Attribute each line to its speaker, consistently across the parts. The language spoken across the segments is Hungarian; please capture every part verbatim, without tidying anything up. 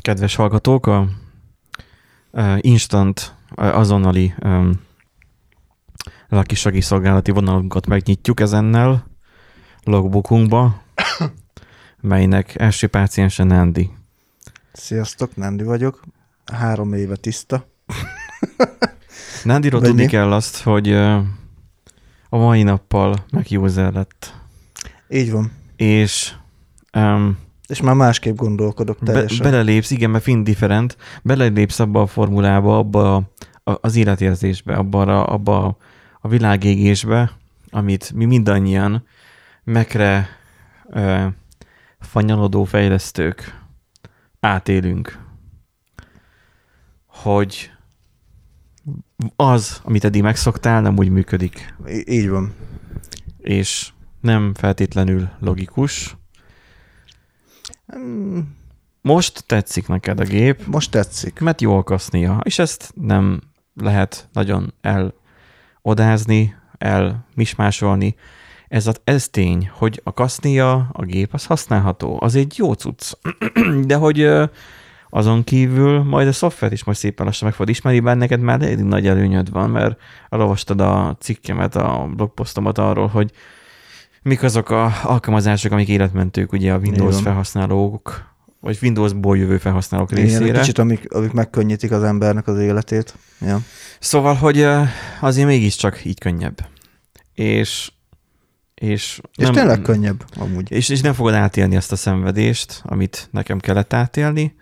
Speaker 1: kedves hallgatók, a uh, instant, uh, azonnali um, laki segélyszolgálati vonalunkat megnyitjuk ezennel logbookunkba, melynek első páciense Nandi.
Speaker 2: Sziasztok, Nandi vagyok. Három éve tiszta.
Speaker 1: Nandiról tudni kell azt, hogy uh, a mai nappal meg-user lett.
Speaker 2: Így van.
Speaker 1: És um,
Speaker 2: És már másképp gondolkodok teljesen.
Speaker 1: Be, belelépsz, igen, mert indifferent, belelépsz abba a formulába, abba a, a, az életérzésbe, abba a, abba a, a világégésbe, amit mi mindannyian mekre ö, fanyalodó fejlesztők átélünk. Hogy az, amit eddig megszoktál, nem úgy működik.
Speaker 2: Í- így van.
Speaker 1: És nem feltétlenül logikus. Most tetszik neked a gép.
Speaker 2: Most tetszik.
Speaker 1: Mert jól kasznia, és ezt nem lehet nagyon elodázni, elmismásolni. Ez, a, ez tény, hogy a kasznia, a gép, az használható. Az egy jó cucc. De hogy azon kívül majd a szoftvert is majd szépen lassan meg fogod ismerni, bár neked már elég nagy előnyöd van, mert elolvastad a cikkemet, a blogposztomat arról, hogy mik azok a alkalmazások, amik életmentők ugye a Windows
Speaker 2: Igen.
Speaker 1: felhasználók, vagy Windowsból jövő felhasználók részére.
Speaker 2: Igen, kicsit, amik, amik megkönnyítik az embernek az életét. Ja.
Speaker 1: Szóval, hogy azért mégiscsak így könnyebb. És és,
Speaker 2: és
Speaker 1: nem,
Speaker 2: tényleg könnyebb amúgy.
Speaker 1: És, és nem fogod átélni azt a szenvedést, amit nekem kellett átélni.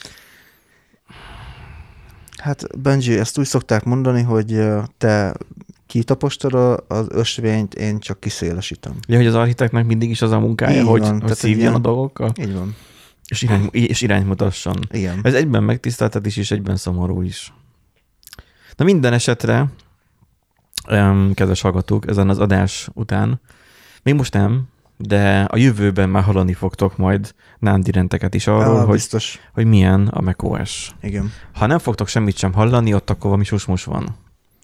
Speaker 2: Hát Benji, ezt úgy szokták mondani, hogy te kitapostad az ösvényt, én csak kiszélesítem.
Speaker 1: Ja, hogy az architektnek mindig is az a munkája,
Speaker 2: így
Speaker 1: hogy,
Speaker 2: van,
Speaker 1: hogy szívjon ilyen... a dolgokkal.
Speaker 2: Így van.
Speaker 1: És, irány, és irányt mutasson.
Speaker 2: Igen.
Speaker 1: Ez egyben megtiszteltet is, és egyben szomorú is. Na minden esetre, kedves hallgatók, ezen az adás után, még most nem, de a jövőben már hallani fogtok majd Nandi rendeket is arról,
Speaker 2: ah,
Speaker 1: hogy, hogy milyen a macOS.
Speaker 2: Igen.
Speaker 1: Ha nem fogtok semmit sem hallani, ott akkor valami susmus van.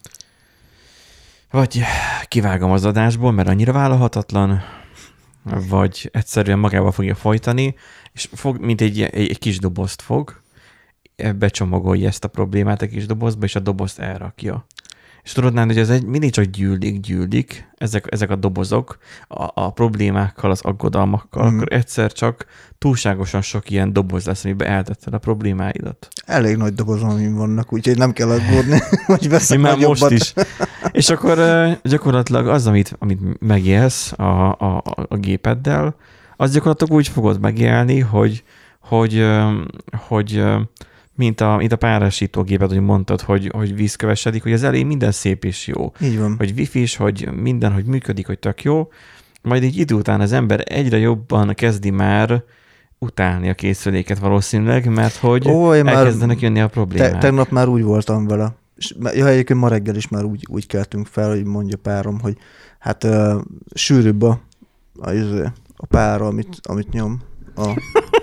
Speaker 1: Vagy kivágom az adásból, mert annyira vállalhatatlan, vagy egyszerűen magával fogja folytani, és fog, mint egy, egy, egy kis dobozt fog, becsomagolja ezt a problémát egy kis dobozba, és a dobozt elrakja. És tudod, hogy ez egy, mindig csak gyűlik, gyűlik, ezek, ezek a dobozok a, a problémákkal, az aggodalmakkal, mm. akkor egyszer csak túlságosan sok ilyen doboz lesz, amiben eltetted a problémáidat.
Speaker 2: Elég nagy dobozom vannak, úgyhogy nem kell aggódni, hogy veszek
Speaker 1: már
Speaker 2: nagyobbat.
Speaker 1: Most is. És akkor gyakorlatilag az, amit, amit megélsz a, a, a gépeddel, az gyakorlatilag úgy fogod megélni, hogy, hogy, hogy mint a, mint a párásítógépet, hogy mondtad, hogy, hogy vízkövesedik, hogy az elején minden szép és jó.
Speaker 2: Így van.
Speaker 1: Hogy wifi-s, hogy minden, hogy működik, hogy tök jó. Majd egy idő után az ember egyre jobban kezdi már utálni a készüléket valószínűleg, mert hogy Ó, elkezdenek jönni a problémák.
Speaker 2: Te, tegnap már úgy voltam vele. És, ja, egyébként ma reggel is már úgy, úgy keltünk fel, hogy mondja párom, hogy hát uh, sűrűbb a, a, a pára, amit, amit nyom. A,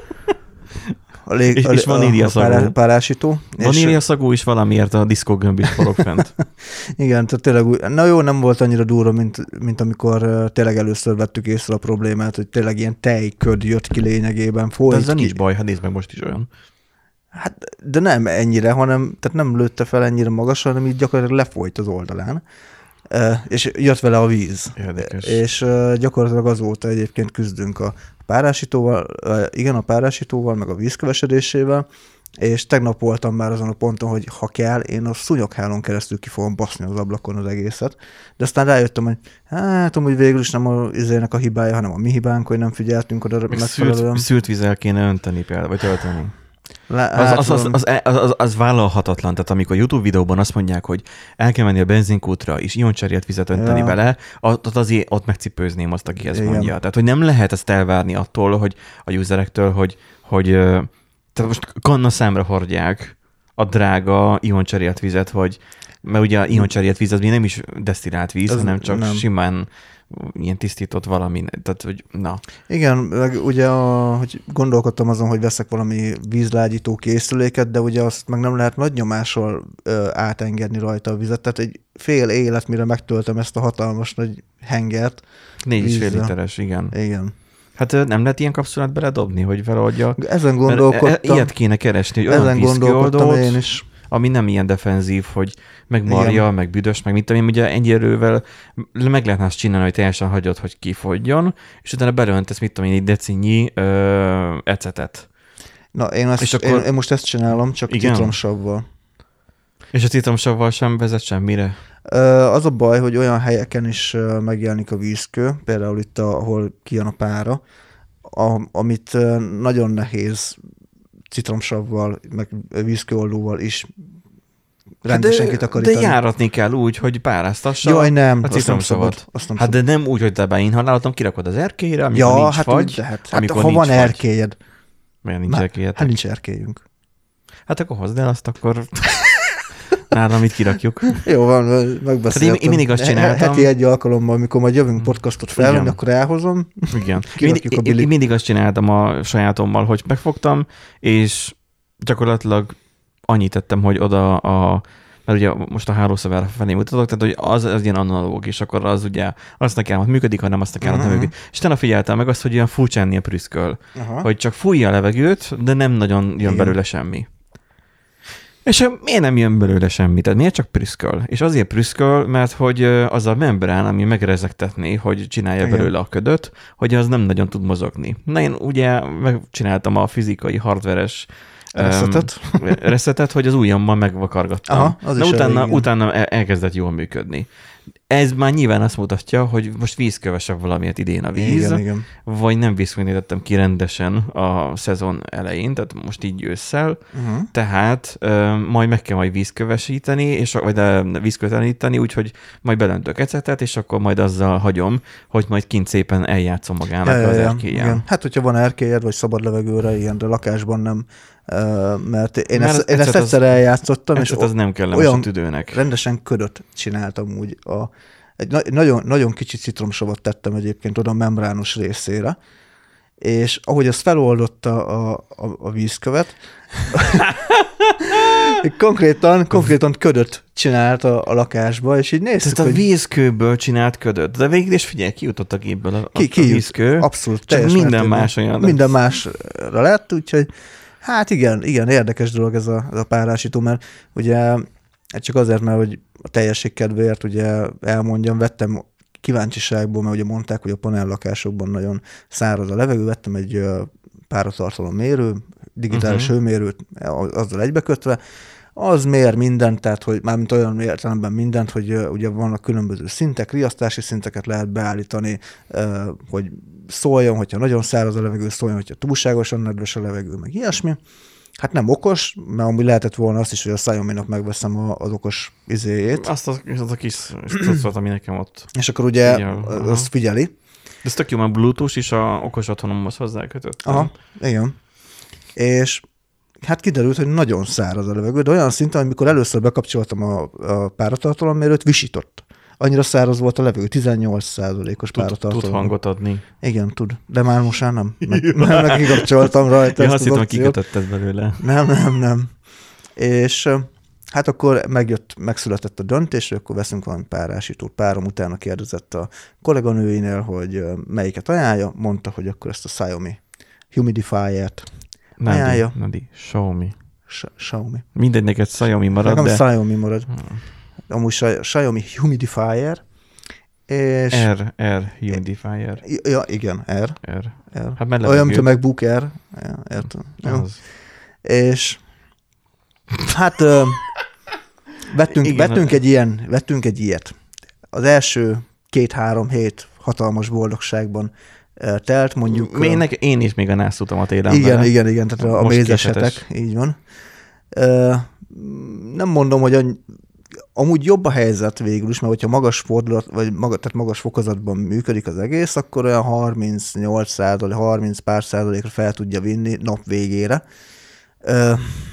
Speaker 2: a lég,
Speaker 1: és,
Speaker 2: a,
Speaker 1: és vaníliaszagú.
Speaker 2: A párásító.
Speaker 1: Vaníliaszagú is valamiért a diszkógömb is forog fent.
Speaker 2: Igen, tehát tényleg úgy, na jó, nem volt annyira durva, mint, mint amikor uh, tényleg először vettük észre a problémát, hogy tényleg ilyen tejköd jött ki lényegében.
Speaker 1: De ezzel nincs baj, hát nézd meg, most is olyan.
Speaker 2: Hát, de nem ennyire, hanem, tehát nem lőtte fel ennyire magasan, hanem így gyakorlatilag lefolyt az oldalán. Uh, és jött vele a víz.
Speaker 1: Érdekes.
Speaker 2: És uh, gyakorlatilag azóta egyébként küzdünk a párásítóval, uh, igen, a párásítóval, meg a vízkövesedésével, és tegnap voltam már azon a ponton, hogy ha kell, én a szúnyoghálón keresztül ki fogom baszni az ablakon az egészet. De aztán rájöttem, hogy hát amúgy végül is nem a izének a hibája, hanem a mi hibánk, hogy nem figyeltünk oda
Speaker 1: meg
Speaker 2: megfelelően.
Speaker 1: Szűrt, szűrt vízzel kéne önteni például, vagy tölteni.
Speaker 2: Le,
Speaker 1: az, az, az, az, az, az, az vállalhatatlan, tehát amikor YouTube videóban azt mondják, hogy el kell menni a benzinkútra, és ioncserélt vizet önteni ja. bele, ott, azért ott megcipőzném azt, aki ezt mondja. Tehát, hogy nem lehet ezt elvárni attól, hogy a userektől, hogy, hogy tehát most kanna számra hordják a drága ioncserélt vizet, vagy, mert ugye a ioncserélt víz az még nem is desztillált víz, ez hanem csak nem. simán ilyen tisztított valami, tehát hogy na.
Speaker 2: Igen, meg ugye, a, hogy gondolkodtam azon, hogy veszek valami vízlágyító készüléket, de ugye azt meg nem lehet nagy nyomással ö, átengedni rajta a vizet, tehát egy fél élet, mire megtöltöm ezt a hatalmas nagy hengert.
Speaker 1: Négy és fél literes, igen.
Speaker 2: Igen.
Speaker 1: Hát nem lehet ilyen kapszulát beledobni, hogy valahogy a...
Speaker 2: Ezen gondolkodtam.
Speaker 1: Ilyet kéne keresni, hogy olyan
Speaker 2: Ezen gondolkodtam én is.
Speaker 1: Ami nem ilyen defenzív, hogy meg marja, igen. meg büdös, meg mit tudom én, ugye ennyi erővel meg lehetne azt csinálni, hogy teljesen hagyod, hogy kifogjon, és utána belöntesz, mit tudom én, egy decinyi ö, ecetet.
Speaker 2: Na, én, ezt, akkor, én, én most ezt csinálom, csak igen? citromsavval.
Speaker 1: És a citromsavval sem vezet semmire?
Speaker 2: Az a baj, hogy olyan helyeken is megjelenik a vízkő, például itt, ahol kijön a pára, amit nagyon nehéz citromsavval, meg vízkőoldóval is rendesen
Speaker 1: de,
Speaker 2: kitakarítani.
Speaker 1: De járatni kell úgy, hogy páráztassa
Speaker 2: Jaj, nem,
Speaker 1: a citromsavat.
Speaker 2: Hát
Speaker 1: de nem úgy, hogy te beinhalálod, kirakod az erkélyre, amikor
Speaker 2: ja,
Speaker 1: nincs
Speaker 2: hát
Speaker 1: fagy.
Speaker 2: Úgy, de hát, hát ha van
Speaker 1: fagy.
Speaker 2: erkélyed.
Speaker 1: Miért nincs erkélyed?
Speaker 2: Hát nincs erkélyünk.
Speaker 1: Hát akkor hozd el azt, akkor nálam itt kirakjuk.
Speaker 2: Jó van, megbeszéltem.
Speaker 1: Én, én mindig azt csináltam.
Speaker 2: Heti egy alkalommal, amikor majd jövünk podcastot felvenni, akkor elhozom.
Speaker 1: Igen. Én, én, én mindig azt csináltam a sajátommal, hogy megfogtam, és gyakorlatilag annyit tettem, hogy oda a, mert ugye most a hálószabára felé mutatok, tehát hogy az, az ilyen analóg, és akkor az ugye azt nekem hogy működik, hanem azt nekem uh-huh. nem működik. És utána figyeltem meg azt, hogy olyan furcsán prüszköl, uh-huh. hogy csak fújja a levegőt, de nem nagyon jön igen. belőle semmi. És miért nem jön belőle semmi? Tehát miért csak prüszköl? És azért prüszköl, mert hogy az a membrán, ami megrezegtetné, hogy csinálja igen. belőle a ködöt, hogy az nem nagyon tud mozogni. Na én ugye megcsináltam a fizikai, hardveres
Speaker 2: reszetet,
Speaker 1: um, reszetet, hogy az ujjammal megvakargattam.
Speaker 2: Aha, az
Speaker 1: Na
Speaker 2: is
Speaker 1: utána,
Speaker 2: elég,
Speaker 1: utána elkezdett jól működni. Ez már nyilván azt mutatja, hogy most vízkövesebb valamiért idén a víz,
Speaker 2: igen, igen.
Speaker 1: vagy nem vízkövesítettem ki rendesen a szezon elején, tehát most így ősszel, uh-huh. tehát ö, majd meg kell majd vízkövesíteni, és, vagy vízkövetelíteni, úgyhogy majd belöntök ecetet, és akkor majd azzal hagyom, hogy majd kint szépen eljátszom magának ja, az ja, erkélyen.
Speaker 2: Hát, hogyha van erkélyed, vagy szabad levegőre, ilyen, de lakásban nem, mert én, mert ezt, én ezt egyszer az, eljátszottam, és
Speaker 1: az nem kellemes a tüdőnek.
Speaker 2: Rendesen ködöt csináltam úgy. A, egy na, nagyon, nagyon kicsi citromsavat tettem egyébként oda a membrános részére, és ahogy az feloldotta a, a, a vízkövet, konkrétan, konkrétan ködöt csinált a, a lakásba, és így néztük,
Speaker 1: Tehát
Speaker 2: hogy...
Speaker 1: a vízkőből csinált ködöt, de végül is figyelj, kijutott a gépből a,
Speaker 2: ki, ki
Speaker 1: a vízkő.
Speaker 2: Abszolút.
Speaker 1: Csak minden mértékben. Más olyan.
Speaker 2: Minden másra lett, úgyhogy hát igen, igen, érdekes dolog ez a, ez a párásító, mert ugye csak azért, mert hogy a teljesség kedvéért ugye elmondjam, vettem kíváncsiságból, mert ugye mondták, hogy a panellakásokban nagyon száraz a levegő, vettem egy páratartalom mérő, digitális uh-huh. hőmérőt azzal egybekötve, az mér mindent, tehát hogy mármint olyan értelemben mindent, hogy uh, ugye vannak különböző szintek, riasztási szinteket lehet beállítani, uh, hogy szóljon, hogyha nagyon száraz a levegő, szóljon, hogyha túlságosan nedves a levegő, meg ilyesmi. Hát nem okos, mert amúgy lehetett volna azt is, hogy a Xiaomi-nak megveszem a, az okos izéjét.
Speaker 1: Azt a, az a kis cuccot, ami nekem ott.
Speaker 2: És akkor ugye
Speaker 1: figyel,
Speaker 2: azt figyeli.
Speaker 1: De ez tök jó, mert Bluetooth is a okos otthonomhoz hozzákötött.
Speaker 2: Aha, igen. És hát kiderült, hogy nagyon száraz a levegő, de olyan szinten, hogy mikor először bekapcsoltam a, a páratartalommérőt, visított. Annyira száraz volt a levegő, tizennyolc százalékos páratartalom.
Speaker 1: Tud hangot adni.
Speaker 2: Igen, tud. De már most már nem. Meg, meg kikapcsoltam rajta.
Speaker 1: Ja, azt hittem, hogy kikötötted belőle.
Speaker 2: Nem, nem, nem. És hát akkor megjött, megszületett a döntés, hogy akkor veszünk valami párásítót. Párom utána kérdezett a kolléganőinél, hogy melyiket ajánlja. Mondta, hogy akkor ezt a Xiaomi Humidifier-t ajánlja.
Speaker 1: Nadi, Xiaomi.
Speaker 2: Xiaomi.
Speaker 1: Mindegy, neked Xiaomi marad,
Speaker 2: Nekem
Speaker 1: de...
Speaker 2: Xiaomi marad. Hmm. Amúgy Xiaomi Humidifier, és...
Speaker 1: R, R, Humidifier.
Speaker 2: Ja, igen, R.
Speaker 1: R.
Speaker 2: R.
Speaker 1: Hát mellett
Speaker 2: olyan, mint a MacBook Air. Ja, értem. És hát ö, vettünk, igen, vettünk, egy ilyen, vettünk egy ilyet. Az első két-három hét hatalmas boldogságban telt, mondjuk...
Speaker 1: Én, nek, én is még a nászutamat élem
Speaker 2: Igen,
Speaker 1: vele.
Speaker 2: igen, igen, tehát a, a mézesetek, így van. Ö, nem mondom, hogy a, amúgy jobb a helyzet végül is, mert hogyha magas fordulat, vagy maga, tehát magas fokozatban működik az egész, akkor olyan harmincnyolc százalék, harminc pár százalékra fel tudja vinni nap végére. Ö,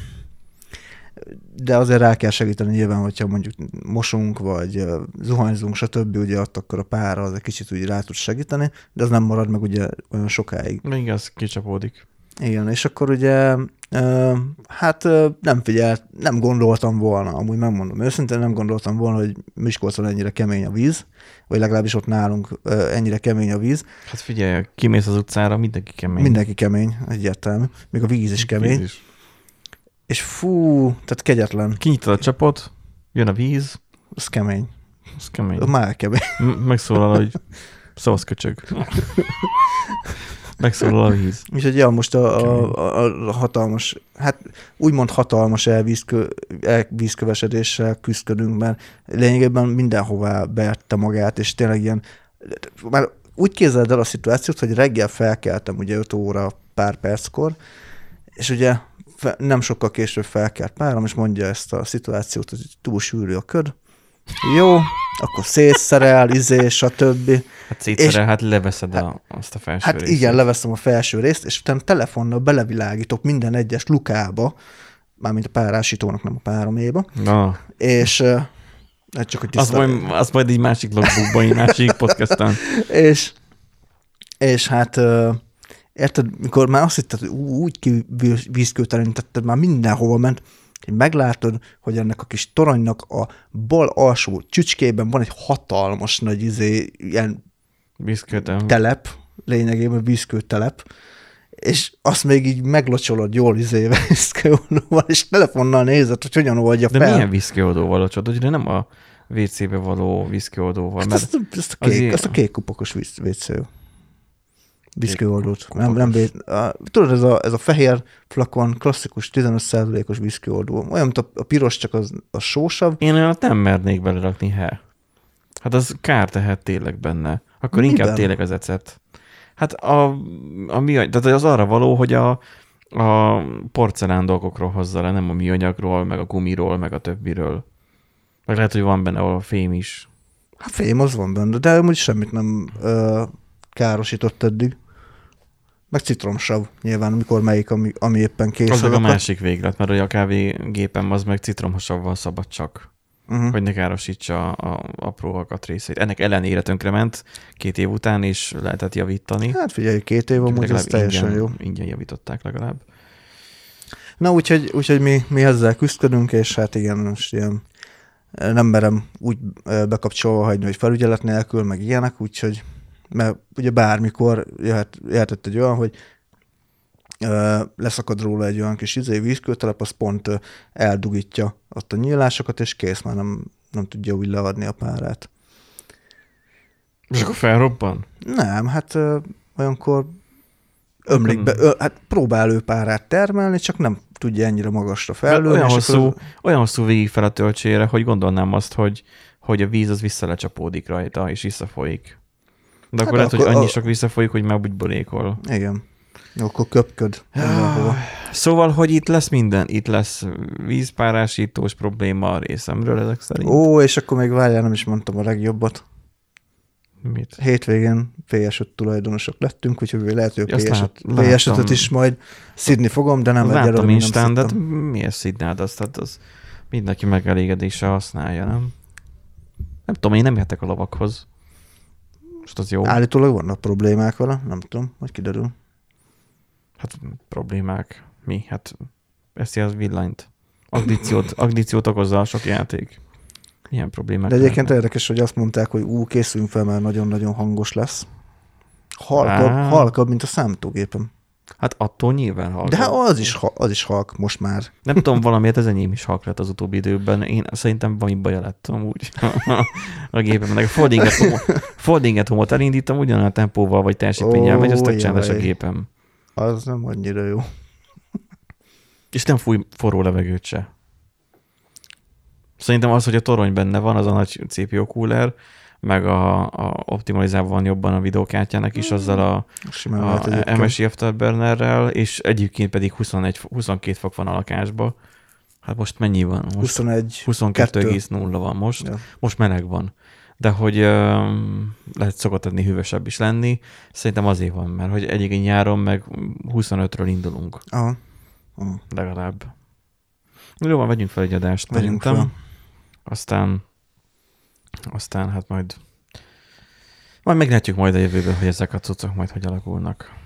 Speaker 2: de azért rá kell segíteni nyilván, hogyha mondjuk mosunk, vagy zuhanyzunk, stb. Ugye ott akkor a pára az egy kicsit úgy rá tud segíteni, de az nem marad meg ugye olyan sokáig.
Speaker 1: Még az kicsapódik.
Speaker 2: Igen, és akkor ugye Uh, hát uh, nem figyelt, nem gondoltam volna, amúgy megmondom őszintén, nem gondoltam volna, hogy Miskolcon ennyire kemény a víz, vagy legalábbis ott nálunk uh, ennyire kemény a víz.
Speaker 1: Hát figyelj, kimész az utcára, mindenki kemény.
Speaker 2: Mindenki kemény, egyértelmű. Még a víz is kemény. Víz is. És fú, tehát kegyetlen.
Speaker 1: Kinyitod a csapot, jön a víz.
Speaker 2: Az kemény.
Speaker 1: Az kemény.
Speaker 2: Már kemény.
Speaker 1: M- megszólal, hogy szavasz köcsög. Megszólal a víz.
Speaker 2: Úgyhogy ja, most a, a, a hatalmas, hát úgymond hatalmas elvízkö, elvízkövesedéssel küzdködünk, mert lényegében mindenhová beette magát, és tényleg ilyen, már úgy képzeld el a szituációt, hogy reggel felkeltem ugye öt óra pár perckor, és ugye nem sokkal később felkelt párom, és mondja ezt a szituációt, hogy túl sűrű a köd. Jó, akkor szétszerel, izé, stb.
Speaker 1: Hát szétszerel, és, hát leveszed a, azt a felső
Speaker 2: hát
Speaker 1: részt.
Speaker 2: igen, leveszem a felső részt, és utána telefonnal belevilágítok minden egyes lukába, mármint a párásítónak, nem a pároméba.
Speaker 1: Na.
Speaker 2: És hát csak, hogy
Speaker 1: tiszta... azt, majd, azt majd egy másik logbookban, egy másik podcasten.
Speaker 2: és, és hát érted, mikor már azt hitted, hogy úgy kivízkőtelenítetted, már mindenhova ment, hogy meglátod, hogy ennek a kis toronynak a bal alsó csücskében van egy hatalmas nagy izé, ilyen
Speaker 1: vízkőtem.
Speaker 2: telep, lényegében vízkőtelep, és azt még így meglocsolod jól izével vízkőoldóval, és telefonnal nézed, hogy hogyan oldja
Speaker 1: De
Speaker 2: fel.
Speaker 1: De milyen vízkőoldóval locsolod? Ugye nem a vé cébe való vízkőoldóval.
Speaker 2: Hát
Speaker 1: mert
Speaker 2: azt, azt, a kék, azért... azt a kék kupakos víz, vé cé. Vízkőoldót. Nem, nem véd, a, tudod, ez a, ez a fehér flakon, klasszikus tizenöt százalékos vízkőoldó. Olyan, mint a, a piros, csak az, a sósabb.
Speaker 1: Én olyan nem mernék belerakni, he. Hát az kár tehet tényleg benne. Akkor
Speaker 2: Miben?
Speaker 1: Inkább tényleg az ecet. Hát a, a műanyag, tehát az arra való, hogy a, a porcelán dolgokról hozza le, nem a műanyagról, meg a gumiról, meg a többiről. Meg lehet, hogy van benne a fém is.
Speaker 2: Hát fém az van benne, de amúgy semmit nem ö, károsított eddig. Meg citromsav, nyilván, amikor melyik, ami, ami éppen készül.
Speaker 1: Az meg a másik véglet, mert a kávégépem az meg citromsavval szabad csak, uh-huh. hogy ne károsítsa a, a apró alkatrészeit. Ennek ellenére tönkrement két év után, és lehetett javítani.
Speaker 2: Hát figyelj, két év amúgy ez teljesen
Speaker 1: ingyen,
Speaker 2: jó.
Speaker 1: Ingyen javították legalább.
Speaker 2: Na, úgyhogy, úgyhogy mi, mi ezzel küzdködünk, és hát igen, most ilyen nem merem úgy bekapcsolva hagyni, hogy felügyelet nélkül, meg ilyenek, úgyhogy mert ugye bármikor jöhet, jöhetett egy olyan, hogy ö, leszakad róla egy olyan kis izé, vízkőtelep, az pont ö, eldugítja ott a nyílásokat, és kész, már nem, nem tudja úgy leadni a párát.
Speaker 1: És akkor felrobban?
Speaker 2: Nem, hát ö, olyankor ömlik be, ö, hát próbál ő párát termelni, csak nem tudja ennyire magasra felülni.
Speaker 1: Olyan hosszú,
Speaker 2: az...
Speaker 1: olyan hosszú végig fel a töltsére, hogy gondolnám azt, hogy, hogy a víz az visszalecsapódik rajta, és visszafolyik. De akkor hát lehet, akkor, hogy annyi a... sok visszafolyik, hogy már úgy borékol.
Speaker 2: Igen. Akkor köpköd.
Speaker 1: Szóval, hogy itt lesz minden. Itt lesz vízpárásítós probléma a részemről ezek szerint.
Speaker 2: Ó, és akkor még várjál, nem is mondtam a legjobbat.
Speaker 1: Mit?
Speaker 2: Hétvégén pé es öt tulajdonosok lettünk, úgyhogy lehet, hogy a pé es ötöt is majd szidni fogom, de nem
Speaker 1: egyelőre nem Instán, de miért szidnád azt? Hát az mindenki megelégedése használja, nem? Nem tudom, én nem értek a lovakhoz. Most az jó.
Speaker 2: Állítólag vannak problémák vele, nem tudom, hogy kiderül.
Speaker 1: Hát problémák. Mi? Hát eszi az villanyt. Addíciót, addíciót okozza a sok játék. Ilyen problémák.
Speaker 2: De egyébként lehetnek. Érdekes, hogy azt mondták, hogy ú, készüljünk fel, mert nagyon-nagyon hangos lesz. Halkabb, halkabb, mint a számítógépem.
Speaker 1: Hát attól nyilván halk.
Speaker 2: De az is, az is halk most már.
Speaker 1: Nem tudom, valamiért ez enyém is halk lett az utóbbi időben. Én szerintem valami baja lettem úgy a gépemnek. A folding at home-ot elindítom ugyanolyan tempóval, vagy teljesítménnyel megy, azt csendes a gépem.
Speaker 2: Az nem annyira jó.
Speaker 1: És nem fúj forró levegőt se. Szerintem az, hogy a torony benne van, az a nagy cé pé u cooler, meg a, a optimalizálva van jobban a videókártyának is, azzal a, a em es i Afterburnerrel, és egyébként pedig huszonegy, huszonkét fok van a lakásban. Hát most mennyi van? Most
Speaker 2: huszonegy.
Speaker 1: huszonkettő egész nulla van most. Ja. Most meleg van. De hogy um, lehet szokott adni hűvösebb is lenni. Szerintem azért van, mert hogy egyébként nyáron meg huszonötről indulunk.
Speaker 2: Aha. Aha.
Speaker 1: Legalább. Jó van, vegyünk fel egy adást.
Speaker 2: Vegyünk fel.
Speaker 1: Aztán Aztán hát majd majd meglátjuk majd a jövőben, hogy ezek a cuccok majd hogy alakulnak.